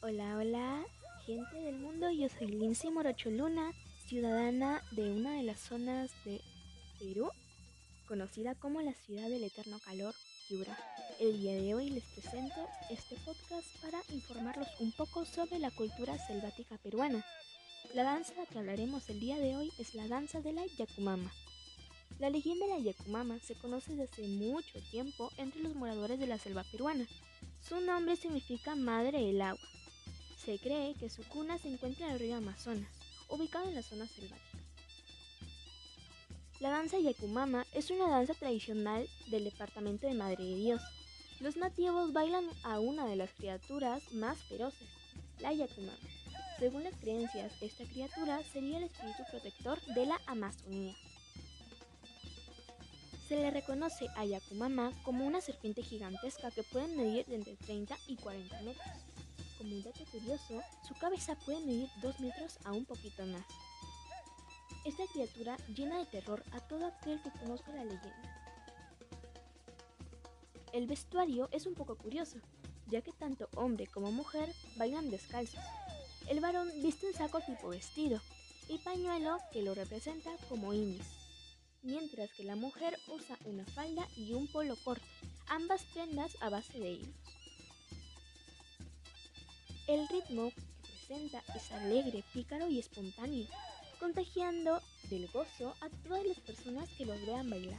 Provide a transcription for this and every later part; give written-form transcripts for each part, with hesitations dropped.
Hola, hola, gente del mundo, yo soy Lindsay Morocho Luna, ciudadana de una de las zonas de Perú, conocida como la ciudad del eterno calor, Piura. El día de hoy les presento este podcast para informarlos un poco sobre la cultura selvática peruana. La danza que hablaremos el día de hoy es la danza de la Yacumama. La leyenda de la Yacumama se conoce desde mucho tiempo entre los moradores de la selva peruana. Su nombre significa Madre del Agua. Se cree que su cuna se encuentra en el río Amazonas, ubicado en la zona selvática. La danza Yacumama es una danza tradicional del departamento de Madre de Dios. Los nativos bailan a una de las criaturas más feroces, la Yacumama. Según las creencias, esta criatura sería el espíritu protector de la Amazonía. Se le reconoce a Yacumama como una serpiente gigantesca que puede medir de entre 30 y 40 metros. Como un dato curioso, su cabeza puede medir 2 metros a un poquito más. Esta criatura llena de terror a todo aquel que conozca la leyenda. El vestuario es un poco curioso, ya que tanto hombre como mujer bailan descalzos. El varón viste un saco tipo vestido y pañuelo que lo representa como indis, mientras que la mujer usa una falda y un polo corto, ambas prendas a base de hilos. El ritmo que presenta es alegre, pícaro y espontáneo, contagiando del gozo a todas las personas que los vean bailar.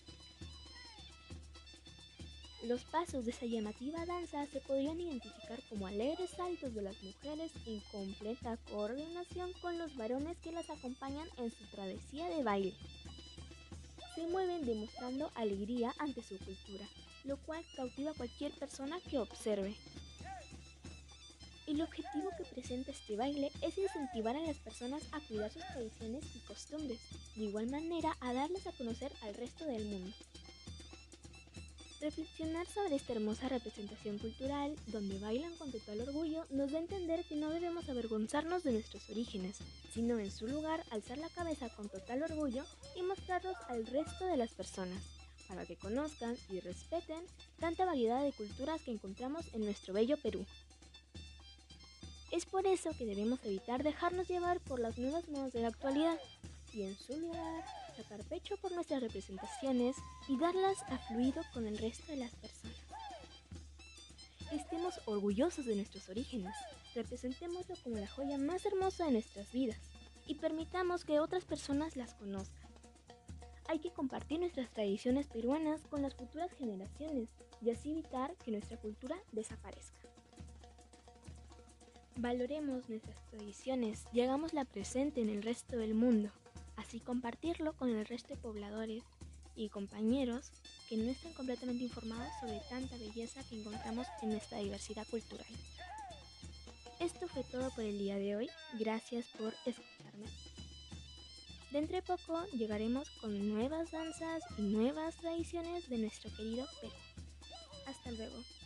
Los pasos de esa llamativa danza se podrían identificar como alegres saltos de las mujeres en completa coordinación con los varones que las acompañan en su travesía de baile. Se mueven demostrando alegría ante su cultura, lo cual cautiva a cualquier persona que observe. El objetivo que presenta este baile es incentivar a las personas a cuidar sus tradiciones y costumbres, de igual manera a darles a conocer al resto del mundo. Reflexionar sobre esta hermosa representación cultural, donde bailan con total orgullo, nos da a entender que no debemos avergonzarnos de nuestros orígenes, sino en su lugar alzar la cabeza con total orgullo y mostrarlos al resto de las personas, para que conozcan y respeten tanta variedad de culturas que encontramos en nuestro bello Perú. Es por eso que debemos evitar dejarnos llevar por las nuevas modas de la actualidad y en su lugar sacar pecho por nuestras representaciones y darlas a fluido con el resto de las personas. Estemos orgullosos de nuestros orígenes, representémoslo como la joya más hermosa de nuestras vidas y permitamos que otras personas las conozcan. Hay que compartir nuestras tradiciones peruanas con las futuras generaciones y así evitar que nuestra cultura desaparezca. Valoremos nuestras tradiciones y hagámosla presente en el resto del mundo, así compartirlo con el resto de pobladores y compañeros que no están completamente informados sobre tanta belleza que encontramos en nuestra diversidad cultural. Esto fue todo por el día de hoy, gracias por escucharme. Dentro de poco llegaremos con nuevas danzas y nuevas tradiciones de nuestro querido Perú. Hasta luego.